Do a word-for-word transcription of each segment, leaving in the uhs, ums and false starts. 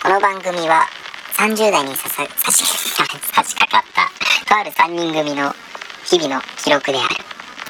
この番組はさんじゅう代にささ差し差し掛かったとあるさんにん組の日々の記録である。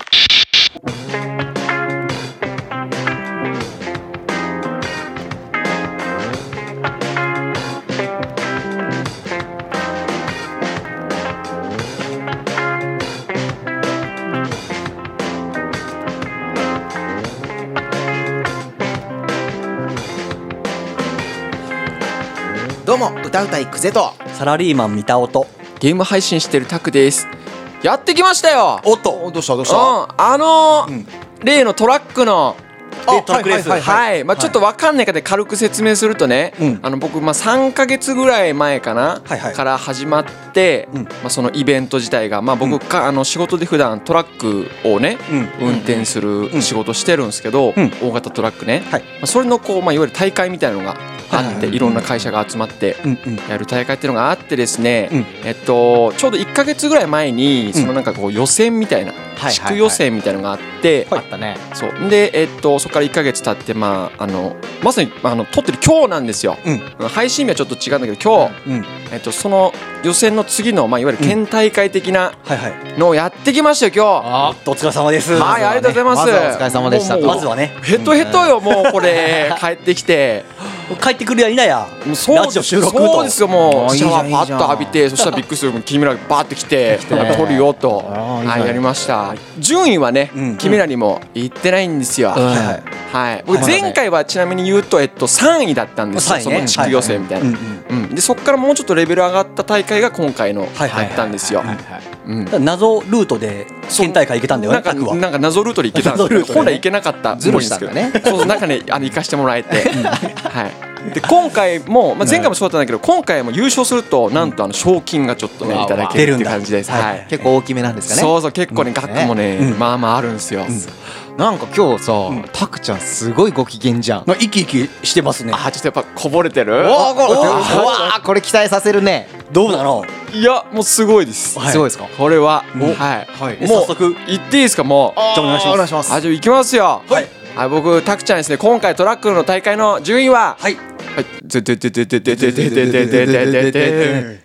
どうも歌うたいクゼとサラリーマン三田音ゲーム配信してるタクです。やってきましたよ。 おっとどうしたどうしうん、 たあのーうん例のトラックのあトラックレースはいはいはいはい、まあ、ちょっと分かんない方で軽く説明するとね、 うんあの僕まあさんかげつぐらい前かな、 はいはいから始まって、 うんまあ、そのイベント自体が、まあ、僕か、あの仕事で普段トラックをね、 うん運転する仕事してるんですけど、 うん大型トラックね、 はいまあ、それのこう、まあ、いわゆる大会みたいなのがあって、 はいはいいろんな会社が集まってうんうんやる大会っていうのがあってですね、 うんえっと、ちょうどいっかげつぐらい前にんそのなんかこう予選みたいな、 はい地区予選みたいなのがあって、 あったねそうで、えっと、そこからいっかげつ経って、まあ、あのまさにあの撮ってる今日なんですよ、 うん配信日はちょっと違うんだけど今日、 うんえっと、その予選の次の、まあ、いわゆる県大会的なはいはいのをやってきましたよ今おっとお疲れ様です日。はい、ありがとうございます。 まずはお疲れ様でしたもうもうまずはねヘトヘトよもうこれ帰ってきて帰ってくるやいなやもうそうラジオ収録とそうですよもあいいじゃんうシャワーパいいじゃんッと浴びてそしたらびっくりする君らバーって来て撮るよとあーいいじゃんはいやりました順位はねうん君らにも言ってないんですようんはいはいはい僕前回はちなみに言うとえっとさんいだったんですよそさんいねの地区予選みたいなうんうんうんでそこからもうちょっとレベル上がった大会が今回のはいはいあったんですよはいはいうんだから謎ルートで県大会行けたんだよなんかねタクはなんか謎ルートで行けたんですけど謎ルートでね本来行けなかったっぽいんですけどズルしたんだねそうそうなんかねあの行かしてもらえてはいで今回もまあ前回もそうだったんだけど今回も優勝するとなんとあの賞金がちょっとねいただけるっていう感じです出るんだはい結構大きめなんですかねそうそう結構ね額もねうんまあまああるんですよなんか今日さんタクちゃんすごいご機嫌じゃんな生き生きしてますねあちょっとやっぱこぼれてるおーこれあうわーこれ期待させるねどうなのいやもうすごいですはいすごいですかこれはおはいはいえもう早速行っていいですかもうじゃあお願いしますお願いしますあじゃあ行きますよはいはい僕タクちゃんですね今回トラックの大会の順位ははいはいでででででででででででででで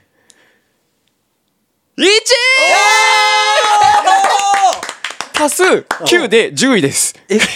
いち足すきゅうでじゅういです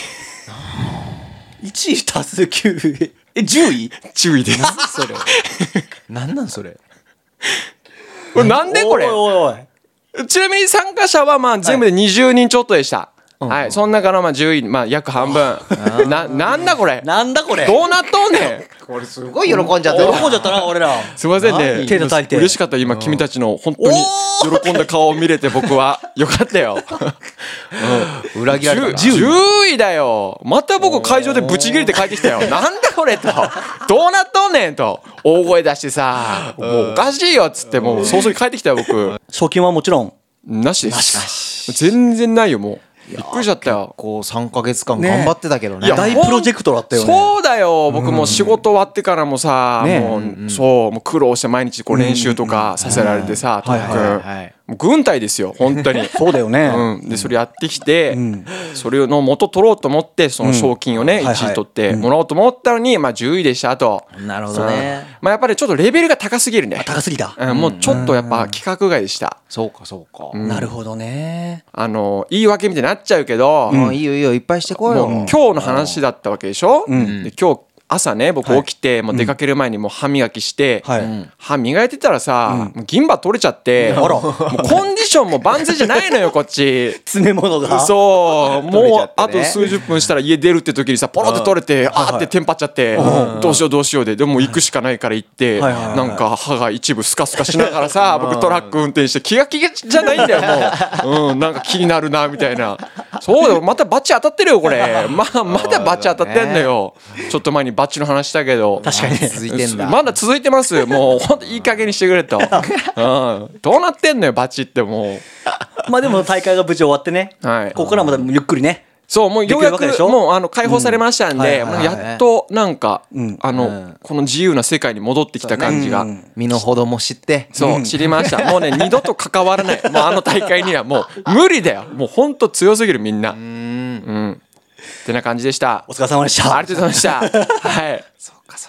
いちい足すきゅうえじゅういじゅういですそれなんなんそれこれなんでこれおいおいおいちなみに参加者はまあ全部でにじゅうにんちょっとでしたはいその中のまあじゅういまあ約半分ななんだこれなんだこれどうなっとんねんこれすごい喜んじゃってる喜んじゃったな俺らすいませんね何手叩いて嬉しかった今君たちの本当に喜んだ顔を見れて僕はよかったよ裏切られたなじゅういだよまた僕会場でブチ切れて帰ってきたよなんだこれとどうなっとんねんと大声出してさもうおかしいよっつってもう早々に帰ってきたよ僕賞金はもちろんなしです全然ないよもうびっくりしちゃったよこうさんかげつかん頑張ってたけどねいや大プロジェクトだったよねそうだよ僕もう仕事終わってからもさねもうそうもう苦労して毎日こう練習とかさせられてさとはいはいにかくはいもう軍隊ですよ本当にそうだよねうん、でそれやってきて、 んそれの元取ろうと思ってその賞金をね、 うんはいはいいちい取ってもらおうと思ったのに、まあ、じゅういでしたと、 なるほどねまあ、やっぱりちょっとレベルが高すぎるね高すぎたうん、もうちょっとやっぱ規格外でしたそうかそうかなるほどねあの言い訳みたいになっちゃうけど、 もういいよいいよいっぱいしてこいよもう今日の話だったわけでしょ、 んで今日朝ね僕起きてもう出かける前にもう歯磨きして、 はいうん歯磨いてたらさ、もう銀歯取れちゃってもうコンディションも万全じゃないのよこっち詰め物がそう取れちもうあゃってねと数十分したら家出るって時にさポロって取れてあーってテンパっちゃってどうしようどうしようででも行くしかないから行ってはいはいはいなんか歯が一部スカスカしながらさ僕トラック運転して気が気じゃないんだよもううんなんか気になるなみたいなそうだよまたバチ当たってるよこれまあまだバチ当たってんのよちょっと前にバチの話したけど確かにね続いてんだまだ続いてますもうほんといい加減にしてくれとうんどうなってんのよバチってもうまあでも大会が無事終わってねはいここからまたゆっくりねそうもうようやくできるわけでしょもうあの解放されましたんで、 うんもうやっとなんか、 んあの、 うんこの自由な世界に戻ってきた感じが、 うん身の程も知ってそう知りましたもうね二度と関わらないもうあの大会にはもう無理だよもうほんと強すぎるみんなうんってな感じでしたお疲れ様でしたありがとうございましたはいそうかそうか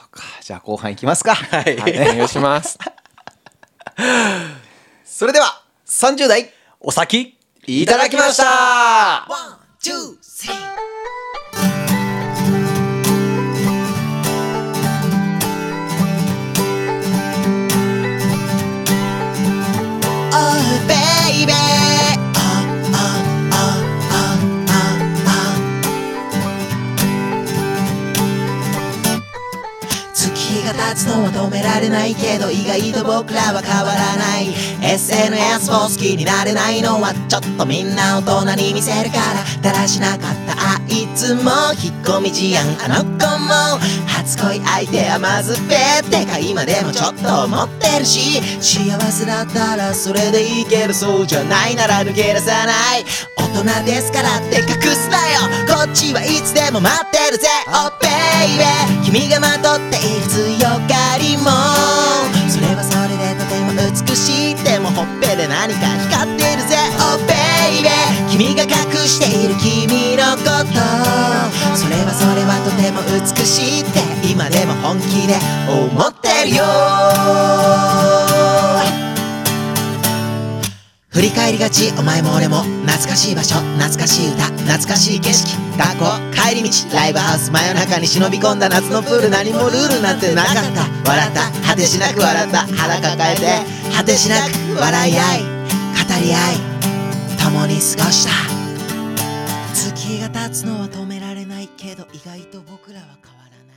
じゃあ後半いきますか。 はいお願いします。 それではさんじゅう代お先いただきました。 月が経つのは止められないけど意外と僕らは変わらない。 エスエヌエス を好きになれないのはちょっとみんな大人に見せるから。だらしなかったあいつも引っ込み思案、あの子も初恋相手はまずべってか今でもちょっと思ってるし、幸せだったらそれでいいけどそうじゃないなら抜け出さない。大人ですからって隠すなよ、こっちはいつでも待ってるぜ。 Oh baby 君がまとっている強がりもそれはそれでとても美しい。でもほっぺで何か光ってるぜ。 Oh baby 君が隠している君のことそれはそれはとても美しいって今でも本気で思ってるよ。振り返りがちお前も俺も懐かしい場所懐かしい歌懐かしい景色学校帰り道ライブハウス真夜中に忍び込んだ夏のプール何もルールなんてなかった。笑った果てしなく笑った腹抱えて果てしなく笑い合い語り合い共に過ごした。月が経つのは止められないけど意外と僕らは変わらない。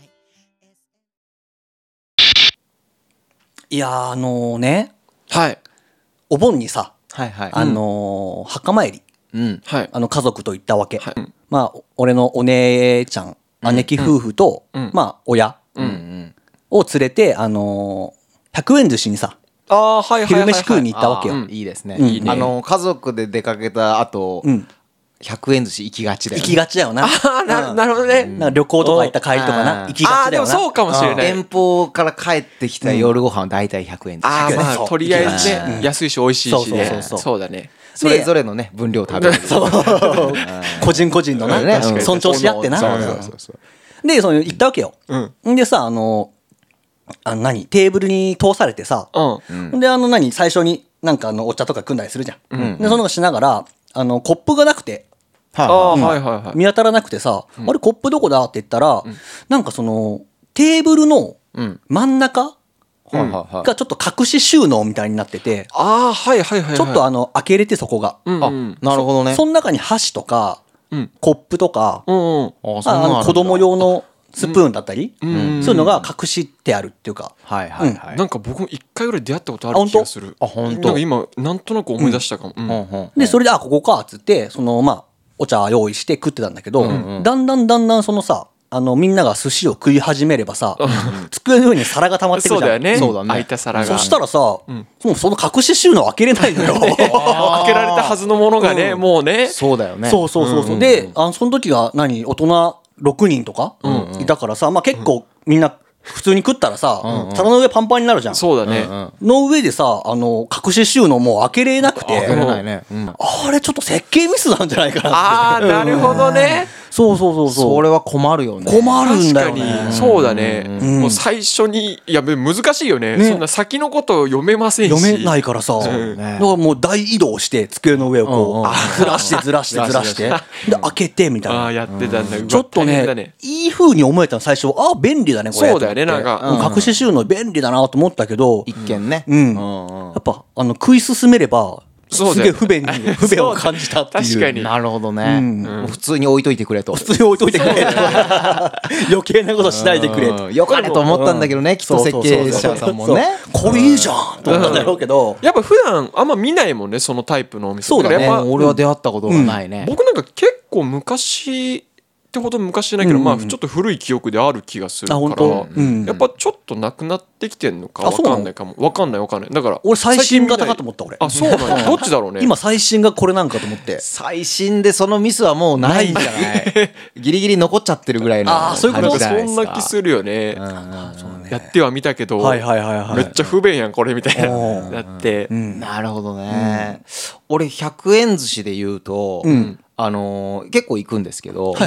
いやーあのーねはいお盆にさはいはい。 あのー墓参りうん。 はいあの家族と行ったわけ、 はいまあ俺のお姉ちゃん姉貴夫婦と、 うんまあ親うんうん。 を連れてあのーひゃくえん寿司にさああはいはいはいはい昼飯食いに行ったわけよ、 あーいいですね。 うんいいねあの家族で出かけた後、 うんひゃくえん寿司行きがちだよね。 行きがちだよな。 ああななるほどね。 なんか旅行とか行った帰りとかうなん行きああでもがちだよな。 そうかもしれない。 遠方から帰ってきた夜ご飯は大体ひゃくえん寿司。 ああまそうあとりあえずうんね安いし美味しいしそうそうねそうそうそうだね。 それぞれのね分量食べる。 そう個人個人のな、 ねうん尊重し合ってな。 そうそうそうそう。 でその行ったわけよ。 うんんでさあのあの何テーブルに通されてさ、 うんであの何最初になんかあのお茶とか組んだりするじゃん。 うんでそののしながらあのコップがなくて。 ああはいはいはい。 見当たらなくてさ、あれコップどこだって言ったら、なんかそのテーブルのうん。 真ん中はいはいはい。 がちょっと隠し収納みたいになってて、 ああはいはいはいはい。 ちょっとあの開けれてそこが、 あうんうんなるほどね。 その中に箸とかうんコップとか、 うんうんあそんなのあるんだああの子供用のスプーンだったり、 うんそういうのが隠してあるっていうか、 はいはいはい。 なんか僕も一回ぐらい出会ったことある気がする。 あ本当なんか今なんとなく思い出したかも。うんうんうんでそれであここかっつってそのまあお茶用意して食ってたんだけど、だんだんだんだんそのさあのみんなが寿司を食い始めればさ、机の上に皿が溜まってくるじゃん。 そうだよね。 そうだね空いた皿が。 そしたらさ、もうその隠し収納開けれないのよ。 開けられたはずのものがねもうね。 そうだよね。 そうそうそうそう。で、あのその時が何大人ろくにんとかいたからさ、まあ結構みんな普通に食ったらさ、皿の上パンパンになるじゃん。 そうだね。 の上でさ、あの隠し収納もう開けれなくて、 開けれないね。うん。 あれちょっと設計ミスなんじゃないかなって。 ああなるほどね。 そうそうそうそう。 それは困るよね。 困るんだよ確かねに。そうだね。 んもう最初にいや難しいよね。 ねそんな先のことを読めませんし。 読めないからさ、だねからもう大移動して机の上をうんうんこうずらしてずらしてずらしてで開けてみたいな。 ああやってたんだ。うわちょっと大変だねいい風に思えたの最初あ便利だねこれそうだよねと思ってなんかうん隠し収納便利だなと思ったけど一見ね。 うんうんうんやっぱあの食い進めればすげえそうだよ不便に不便を感じたっていう確かになるほどね。 うんもう普通に置いといてくれと。 普通に置いといてくれ余計なことしないでくれうんよかれと思ったんだけどね、きっと設計者さんもね。 そうこれいいじゃんと思ったんだろうけどやっぱ普段あんま見ないもんねそのタイプのお店。 そうだねからやっぱ俺は出会ったことがないね。 僕なんか結構昔ってほど昔じゃないけど、 うんまあちょっと古い記憶である気がするから、 あ本当うんやっぱちょっとなくなってきてんのかわあそうなのかんないかもわかんないわかんないだから俺最新型最近見ないかと思った俺あそうなんだどっちだろうね今最新がこれなんかと思って最新でそのミスはもうないんじゃないギリギリ残っちゃってるぐらいのあーそういうこと感じじゃないそですかんな気するよね、やってはみたけど、 はいはいはいはいめっちゃ不便やんこれみたいなおーだって、 うんなるほどね。俺ひゃくえん寿司で言うと、 うんあのー結構行くんですけど、 はいはい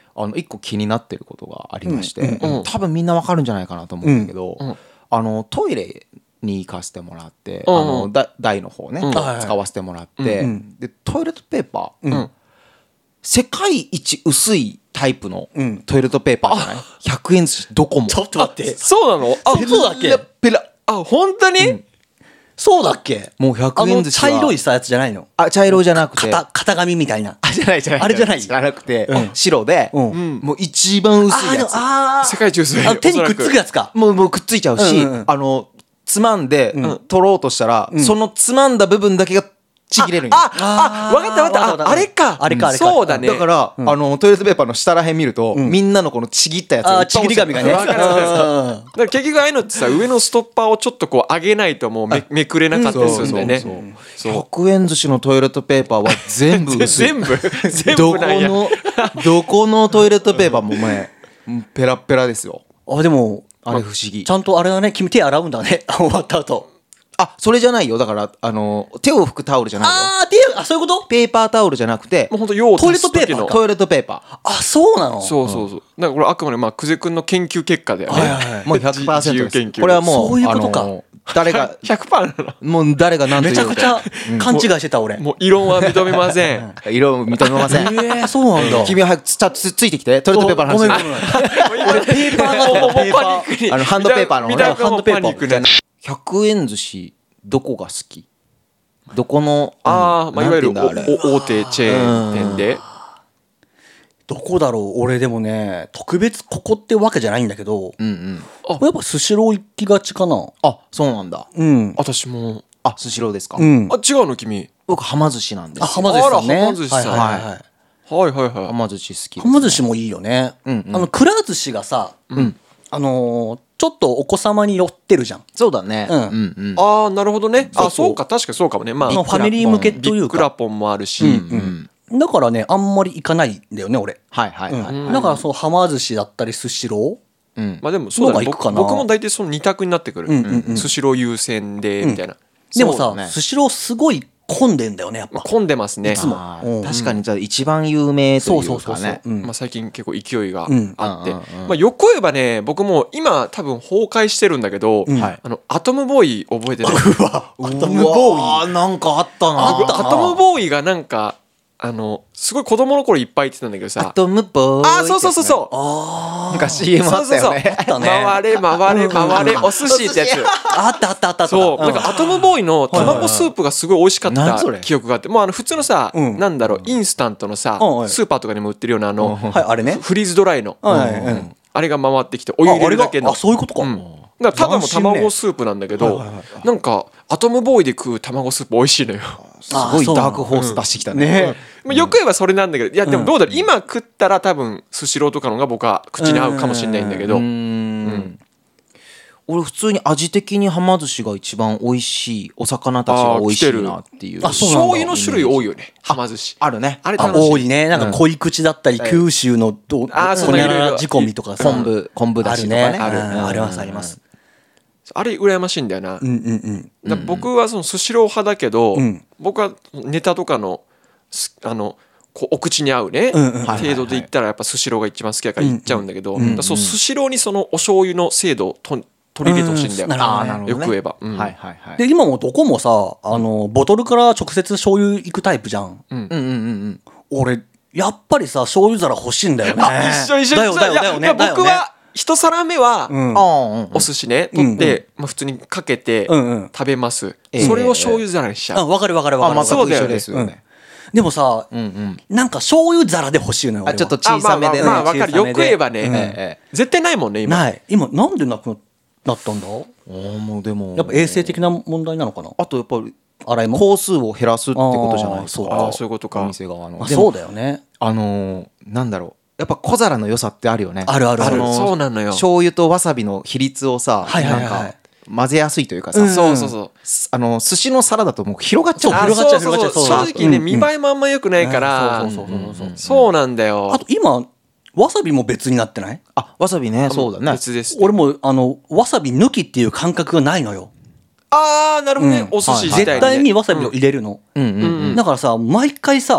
あの一個気になってることがありまして、 うんうん多分みんなわかるんじゃないかなと思うんだけど、 うんうんあのトイレに行かせてもらって、 うんうんあのだ台の方ね、 うん使わせてもらって、 うんでトイレットペーパー、 うん世界一薄いタイプのうんトイレットペーパーじゃない、ひゃくえん寿司どこも。 ちょっと待って。 そうなの？あ、 そうだっけペラペラ。 あ、本当に？ そうだっけ？ もうひゃくあのえん寿司は茶色いさやつじゃないの？ あ、茶色じゃなくて、 型型紙みたいな。 あ、じゃないじゃないあれじゃないじゃなくて、 うん白で、 うんもう一番薄いやつ。 あ世界一薄い。 あ手にくっつくやつか。 もうもうくっついちゃうし、 うんうんあのつまんで、 ん取ろうとしたら、そのつまんだ部分だけがちぎれるんよ。 あ、あ、わかったわかった。あ、あれか。 あれかあれかそうだね。 だから、あのトイレットペーパーの下らへん見ると、みんなのこのちぎったやつがいっぱいあーちぎり紙がね。 わかるわかるうんだから結局ああいうのってさ、上のストッパーをちょっとこう上げないともうめめくれなかったりするんだよね。 ひゃくえん寿司のトイレットペーパーは全部薄い。 全部全どこ部なんや。 のどこのトイレットペーパーも前ペラッペラですよ。 あ、でも、 あれ不思議ち。ゃんとあれだね、君手洗うんだね。終わった後。 あ、それじゃないよ。だからあの手を拭くタオルじゃないよ。 あー、手、あ、そういうこと？ ペーパータオルじゃなくてもう本当用を足す時の。 トイレットペーパー。 あ、そうなの？ そうそうそう。だからこれあくまでまあ久世君の研究結果だよね。 はいはいはいもうひゃくパーセントです。 自由研究これはもうそういうことかあの誰がひゃくパーセントなの。 もう誰が何とめ言うちゃくちゃ勘違いしてた俺。 もう異論は認めません。 色を認めません。 えー、そうなんだ。 君は早くつちゃつついてきてトイレットペーパーの話。 ごめんごめん。俺ペーパーがあったもうペーパー。 パニックに。 あのハンドペーパーの見た目もハンドペーパーパニックね。 ひゃくえん寿司どこが好き？どこのああ、まあいわゆるおなんて言うんだあれお大手チェーン店で。 どこだろう？俺でもね、特別ここってわけじゃないんだけど、 うんうん。 やっぱスシロー行きがちかな。 あ、そうなんだ。 うん。 私も。 あ、スシローですか。 うんあ、。違うの君。 僕はま寿司なんですあ、 よ。 はま寿司さんね。 あらはま寿司さんはいはいはい。 はいはいはい。 はま寿司好きです。 はま寿司もいいよね。 うんうんあの、くら寿司がさ、あのー、ちょっとお子様に寄ってるじゃん。 そうだね。 うんうんうん。 ああ、なるほどね。あ、 そうそうそうか、確かにそうかもね。まあ、 あの、ファミリー向けとビッいうか。 クラポンもあるし。 うんだからね、あんまり行かないんだよね、俺。 はいはいはい。 うんだから、そう、はま寿司だったり、スシロうん。 まあでもそうだね。僕のが行くかな僕も大体その二択になってくる。 うんうんうんスシロー優先で、みたいな。 ー。でもさ、 そうだねスシローすごい混んでんだよね、やっぱ。 まあ混んでますね。 いつもあうんー確かにじゃあ一番有名とそういそううそうそうかね。。 うんまあ最近結構勢いがうんあって。 うんうんうんまあよく言えばね、僕も今多分崩壊してるんだけど、 うんはいあの、アトムボーイ覚えてない？ アトムボーイ。 あなんかあったな。 あったアトムボーイがなんか、あの、すごい子供の頃いっぱい言ってたんだけどアさ。 トムボーイ。 あー、そうそうそうそう。 あなんか シーエム あったよね。 たね回れ回れ回れお寿司ってやつ。 あ。あったあったあったあった。 そう、なんかアトムボーイの卵スープがすごい美味しかった何それ記憶があって、もうあの普通のさ、 うんなんだろう、インスタントのさうんは、いスーパーとかにも売ってるようなあの、 はい、あれね。 フリーズドライの、 はいはいうんあれが回ってきて、お湯入れるだけの。 ああれがあ、そういうことか。 うんだからただの卵スープなんだけど、なんかアトムボーイで食う卵スープ美味しいのよ。 すごいダークホース出してきたね。 ねまあよく言えばそれなんだけど、いやでもどうだろう、今食ったら多分スシローとかのが僕は口に合うかもしれないんだけど、 うーん。俺普通に味的にはま寿司が一番美味しいお魚たちが美味しいなっていう。 あそうなんだ醤油の種類多いよね、はま寿司。 あるね。 ああれ楽しい。 多いね。なんか濃い口だったり、九州のどあーそうほにゃいろいろらら仕込みとかさ。 昆布昆布だしとかね。 あるね。 あるうんありますあります。 あれ羨ましいんだよな。 うんうんうん。 だから僕はそのスシロー派だけど、 うん僕はネタとかのすあのこうお口に合うね、 うんうん程度で言ったらやっぱスシローが一番好きだから言っちゃうんだけど、だからそうスシローにそのお醤油の精度をと取り入れてほしいんだよ、 うんなるほどねあーなるほどねよく言えば、うんはいはいはい。 で、今もどこもさ、あの、ボトルから直接醤油行くタイプじゃん。 うんうんうんうん。 俺、やっぱりさ、醤油皿欲しいんだよね。 一緒一緒だよだよいやだよね。 いや僕だよねは一皿目は、 うんああ、 お寿司ね取って、まあ、普通にかけてうんうん食べます、 ええそれを醤油皿にしちゃう、 あ、わかるわかるわあ、 かる。 まあ、 そうだよね一緒ですよね。 でもさ、 うんうん。 なんか醤油皿で欲しいのよ。俺あ、 はちょっと小さめでね。 あまあまあまあわかる小さめでよく言えばねうんええ絶対ないもんね今ない。今、なんでなくなったんだ？ ああ、もうでも。 やっぱ衛生的な問題なのかな？ あとやっぱり洗いも。 工数を減らすってことじゃないですか。 あーそうかあーそういうことかお店側の。 まあ、 でもそうだよね。 あのーなんだろう。やっぱ小皿の良さってあるよね。 あるあるあるのーそうなのよ醤油とわさびの比率をさ、 はいはいはいなんか混ぜやすいというかさ、 うんそうそうそうすあの寿司の皿だともう広がっちゃう。 そうあ広がっちゃうそうそうそう広がっちゃう正直ね、 うん見栄えもあんま良くないから、 そうそうそうそうそうそうなんだよあと今、わさびも別になってない？ あ、わさびね、そうだね。 別です俺も、あの、わさび抜きっていう感覚がないのよ。 ああなるほどね、 うんお寿司自体に、ね絶対にわさびを入れるの。 うんうんうん。 だからさ、毎回さ、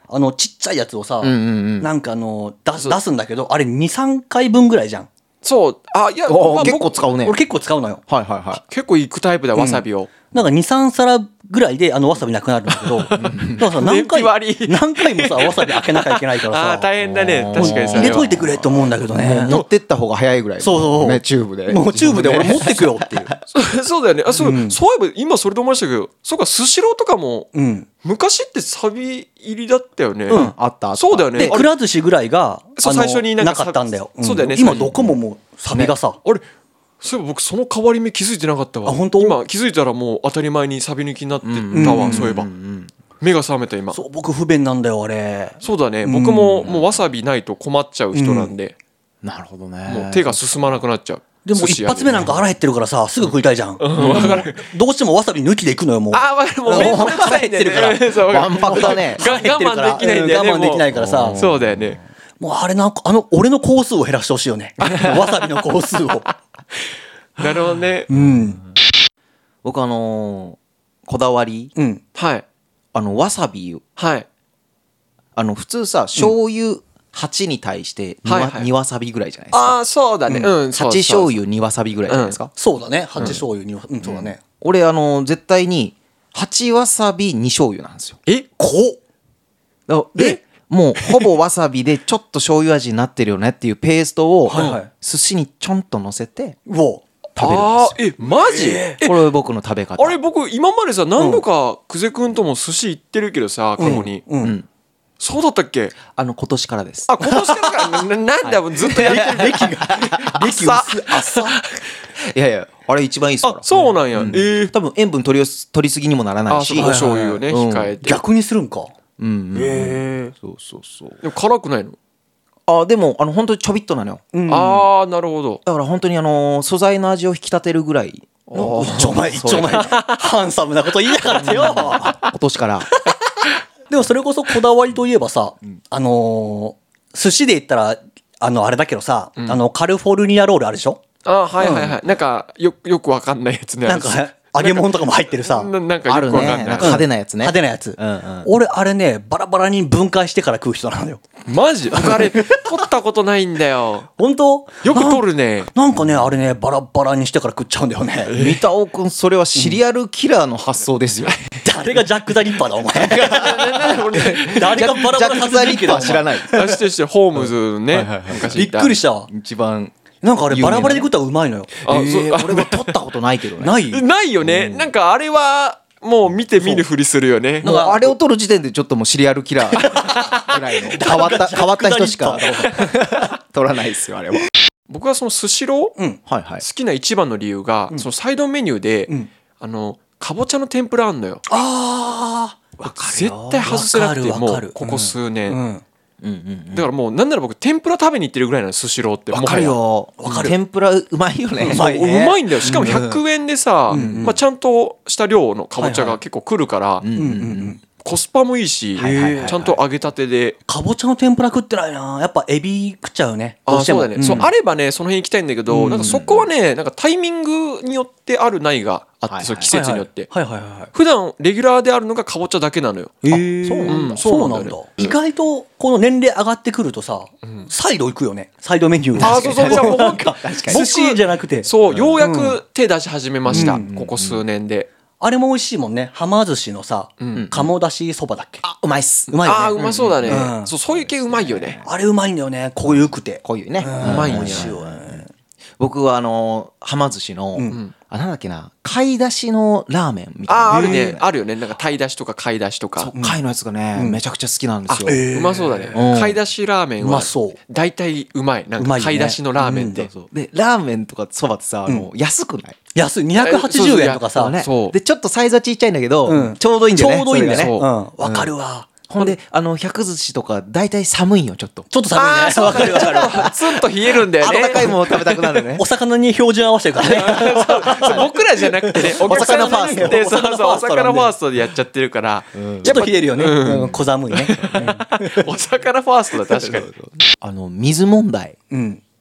あのちっちゃいやつをさ、 うんうんうんなんかあの出す出すんだけど、あれにさんかいぶんぐらいじゃん。 そうあいや、 おー結まあ僕構使うね。 俺結構使うのよ。 はいはいは結構いくタイプだわさびを、 なんかにさん皿ぐらいであのわさびなくなるんだけど、だからさ何回燃費悪い何回もさわさび開けなきゃいけないからさ、 ああ大変だねうん確かにそれは入れといてくれって思うんだけどい。 ね。 乗ってった方が早いぐらい。 そうそうそうね、チューブで。 もうチューブで俺持ってくよっていう。 そうそうだよねあそう、そういえば今それで思いましたけどそうかスシローとかもうん。 昔ってサビ入りだったよね、 うんあったあった。 で、 そうだよねあれくら寿司ぐらいが、 そうあの最初になんかなかったんだよ。んそうだよね今どこももうサビがさ、 あれそういえば僕その変わり目気づいてなかったわあ本当今気づいたらもう当たり前にサビ抜きになってたわ、そういえば、目が覚めた今そそう僕不便なんだよあれ。 うだね僕ももうわさびないと困っちゃう人なんで、 なるほどね。 もう手が進まなくなっちゃうでも一発目なんか腹減ってるからさ、すぐ食いたいじゃん。どうしてもわさび抜きでいくのよもう。 ああ、わかるもうめんどくさいんだよね。 腹減ってるそうわんぱくだね。 が我慢できないんだよね。 我慢できないからさもうそうだよね。 もうあれなんかあの俺の工数を減らしてほしいよね。わさびの工数を。 なるほどね。 うん僕あのーこだわり、 うんはい。 あのわさびはい。 あの普通さ醤油はちに対してにわ,、 はいはいにわさびぐらいじゃないですか。 ああ、そうだね。うん。そうはち醤油にわさびぐらいじゃないですか。 そうだね。八醤油にうんそうだね。 俺あのー絶対にはちわさびに醤油なんですよ。 えこだでもうほぼわさびでちょっと醤油味になってるよねっていうペーストをはいはい寿司にちょんと乗せてうわ食べるんああ、 ですよ。 え、マジえ、 これ僕の食べ方。 あれ僕今までさ、何度か久世くんとも寿司行ってるけどさ、過去に。 うんうんそうだったっけあの今年からです。 あ、今年からかなななんだよ、ずっとやってる。歴が。 歴薄浅いやいやあれ一番いいっすから。 あ、そうなんや。ええ。 多分塩分取りす取りすぎにもならなあ、 いし。 そうか、お醤油をね、 うん控えて。 逆にするんか。 うんうん。 ええ。 そうそうそう。 でも辛くないのあでもあの本当にちょびっとなのよ。 ああ、なるほど。 だから本当にあの素材の味を引き立てるぐらい。 一丁前一丁前ハンサムなこと言いやがってよ。 今年から。 でもそれこそこだわりといえばさ、あのー寿司で言ったらあのあれだけどさ、あのカリフォルニアロールあるでしょ。 あ、はいはいはい。なんか、よ、よくわかんないやつね。 なんか揚げ物とかも入ってるさななんかあるよくわかんね。 な。 ないんか派手なやつね。 派手なやつ、 うんうん。 俺あれねバラバラに分解してから食う人なのよ。 マジ僕あれ、取ったことないんだよ。 本当よく取るね。 ななんかねあれねバラバラにしてから食っちゃうんだよね。 三田尾くんそれはシリアルキラーの発想ですよ。 誰がジャック・ザ・リッパーだお前。誰がバラバラジャック・ザ・リッパー知らない。 ない。 あしてして、ホームズね。昔びっくりしたわ。 一番。 なんかあれバラバラで食ったらうまいのよ。 あ、 えそうー俺は取ったことないけどね。 ないないよね。なんかあれは、もう見て見ぬふりするよね。 もうあれを取る時点でちょっともうシリアルキラーぐらいの変わった変わった人しか取らないですよあれは。 僕はそのスシロー、 うんはいはい好。きな一番の理由が、そのサイドメニューで、 んあの、かぼちゃの天ぷらあんのよ。 あ絶対外せなくて、もわかるわかるう、ここ数あ。 年。 うん。 うんうんだからもう、なんなら僕、天ぷら食べに行ってるぐらいなの、スシローって。 わかるよ。 わかる天ぷらうまいよね。 うまいねうまいんだよ。しかもひゃくえんでさ、まあ、ちゃんとした量のかぼちゃが結構来るから、 うんうんうん。 コスパもいいし、 はいはいはいはいちゃんと揚げたてで。 かぼちゃの天ぷら食ってないな。やっぱエビ食っちゃうね。どうしてもあそうだね、そうあればねその辺行きたいんだけど、なんかそこはねなんかタイミングによってあるないがあって、 はいはいその季節によって、 はいはいはいはい。 普段レギュラーであるのがかぼちゃだけなのよ。 えー、そうなんだそうなんだそうなんだよ。 意外とこの年齢上がってくるとさ、サイド行くよね。サイドメニューが。 あそうそういやもうほんと寿司じゃなくて。 そうようやく手出し始めました、ここ数年で。 あれも美味しいもんね。はま寿司のさ、 ん鴨だしそばだっけ。 あうまいっす。 うまいよね。 ああうまそうだね、 うんそうそういう系うまいよね。 あれうまいんだよね。濃ゆくて。 こういうね。 うまいんや美味しいよね。 僕はあのはま寿司のあなんだっけな貝出しのラーメンみたいな。 あああるねあるよねなんか鯛出しとか貝出しとか貝のやつがねめちゃくちゃ好きなんですよ。 うまそうだね、 うん貝出しラーメンはうまそう大体うまいなんうまいよねか貝出しのラーメンって、 でラーメンとかそばってさあの安くない？ 安いにひゃくはちじゅうえんとかさ。 えそうでちょっとサイズはちっちゃいんだけど、 うんちょうどいいんだよね。 ちょうどいいんだよね。 それがうん。わかるわ。 ほんであの百寿司とか大体寒いんよちょっと。 ちょっと寒いね。わかるわかる。 ツンと冷えるんだよね温かいもの食べたくなるねお。魚に標準合わせてるからね。 そう僕らじゃなくてねお客さんじゃなくてお魚ファーストそうそうお魚ファーストでやっちゃってるから、 ちょっと冷えるよね。うん小寒いね。 お魚ファーストだ確かに。 あの水問題。 うん。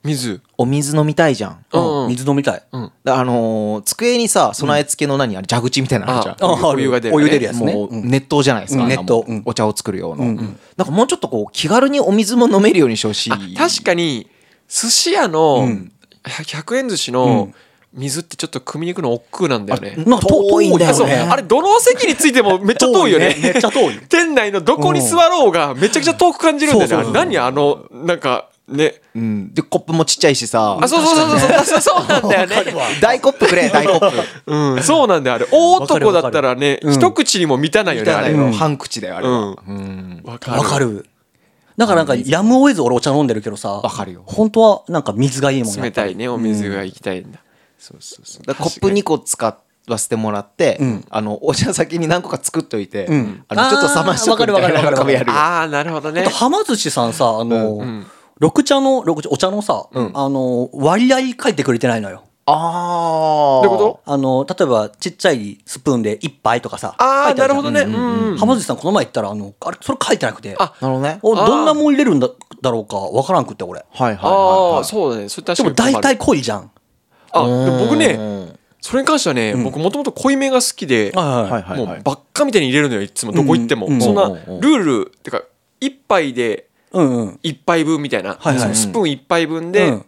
水お水飲みたいじゃん。 うん水飲みたい。 だあのー机にさ備え付けの何あれ蛇口みたいなのあるじゃん。 あお湯が出るねお湯出るやつね。 もううん熱湯じゃないですか、 うんあんなもん熱湯うんお茶を作る用の、なんかもうちょっとこう気軽にお水も飲めるようにしてほしい。 あ確かに寿司屋のひゃくえん寿司の水ってちょっと汲みに行くの億劫なんだよね。 なんか遠いんだよねあそうあれどの席についてもめっちゃ遠いよね。 めっちゃ遠い。 店内のどこに座ろうがめちゃくちゃ遠く感じるんだよね。あれ何あのなんかね。 うん、でコップもちっちゃいしさ。 あそうそうそうそうそうそうなんだよね。 大コップくれ大コップ。 うんそうなんだよあれ。大男だったらねうん一口にも満たないよねあれ。 の半口だよあれは。 うんうんわかる。 わかる。だからなんかやむを得ず俺お茶飲んでるけどさ。 わかるよ本当はなんか水がいいもんね。 冷たいねお水が行きたいんだ。 そうそうそう。だからコップにこ使わせてもらって、 んあのお茶先に何個か作っといて、 んあのちょっと冷ましとくみたいなあーわかるわかるわかるのやるよ。 ああなるほどね。 はま寿司さんさあの、 ん緑茶の緑茶お茶のさ、あの割合書いてくれてないのよ。 ああ。 どういうこと？ あの例えばちっちゃいスプーンで一杯とかさ。 ああ書いてるじゃんなるほどね。うん。 はま寿司さんこの前行ったらあのあれそれ書いてなくて。 あなるほどね。 おあーどんなもん入れるんだだろうかわからんくって俺。 はいはいはい、 あはいあそうだね。それ確でかに困る。 も大体濃いじゃん。 あでも僕ねうんそれに関してはね僕もともと濃いめが好きで。 はいはいはいはい。 もうばっかみたいに入れるのよいつもどこ行っても、 うんうんそんなうんうんうんルールってか一杯でうんうん。 一杯分みたいな、 はいはいそのスプーン一杯分で、 うん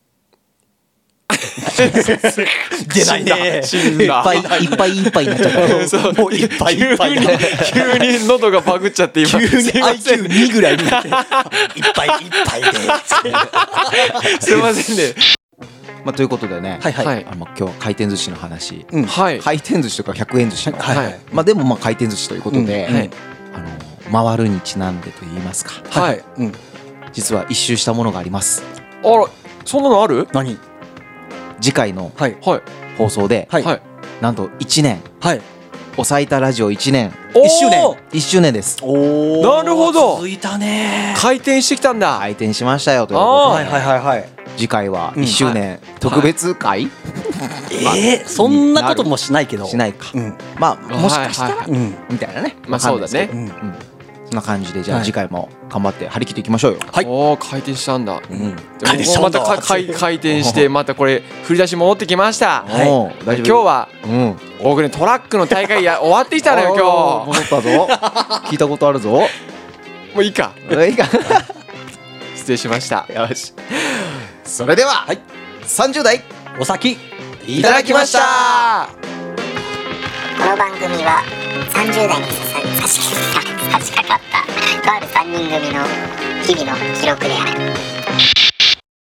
出ないね。 死んだいっぱいいっぱいいっぱいになっちゃった。 そうもういっぱいいっぱいだ。 急に急に喉がバグっちゃって今急にすいませんアイキューに ぐらいになっていっぱいいっぱいで。 すいませんねまあということでね。 はいはい。 はいあの今日は回転寿司の話。 うんはい回転寿司とかひゃくえん寿司の。 はいはいまあでもまあ回転寿司ということで、 うんはいあの回るにちなんでと言いますか。 はいうん。 実は一周したものがあります。 あらそんなのある何？ 次回のはいはい放送で、 はいはいなんといちねん、 はい。 おさいたラジオいちねん、 おーいっしゅうねんいっしゅうねんです。 おなるほど続いたね。 回転してきたんだ、 回転しましたよというあことで、 はいはいはいはい。 次回はうんいっしゅうねん特別会、 えー、そんなこともしないけど。 しないか。 うんまあもしかしたら、 はいはいうん。 みたいなね。 まあわかんないですけどそうだうん。 うんそんな感じでじゃあはい次回も頑張って張り切っていきましょうよ。 はいおー回転したんだ、 うん。 で回転しちゃうんだもまたか回回転してまたこれ振り出し戻ってきました、 はいおー大丈夫。 今日はうん。 僕ねトラックの大会や終わってきたのよおー今戻ったぞ。聞いたことあるぞ。 日もういいかいいか。 失礼しましたよし。それでは、 はいさんじゅう代お先。 いただきました。 この番組はさんじゅう代にささ差し差し掛かったとあるさんにん組の日々の記録である。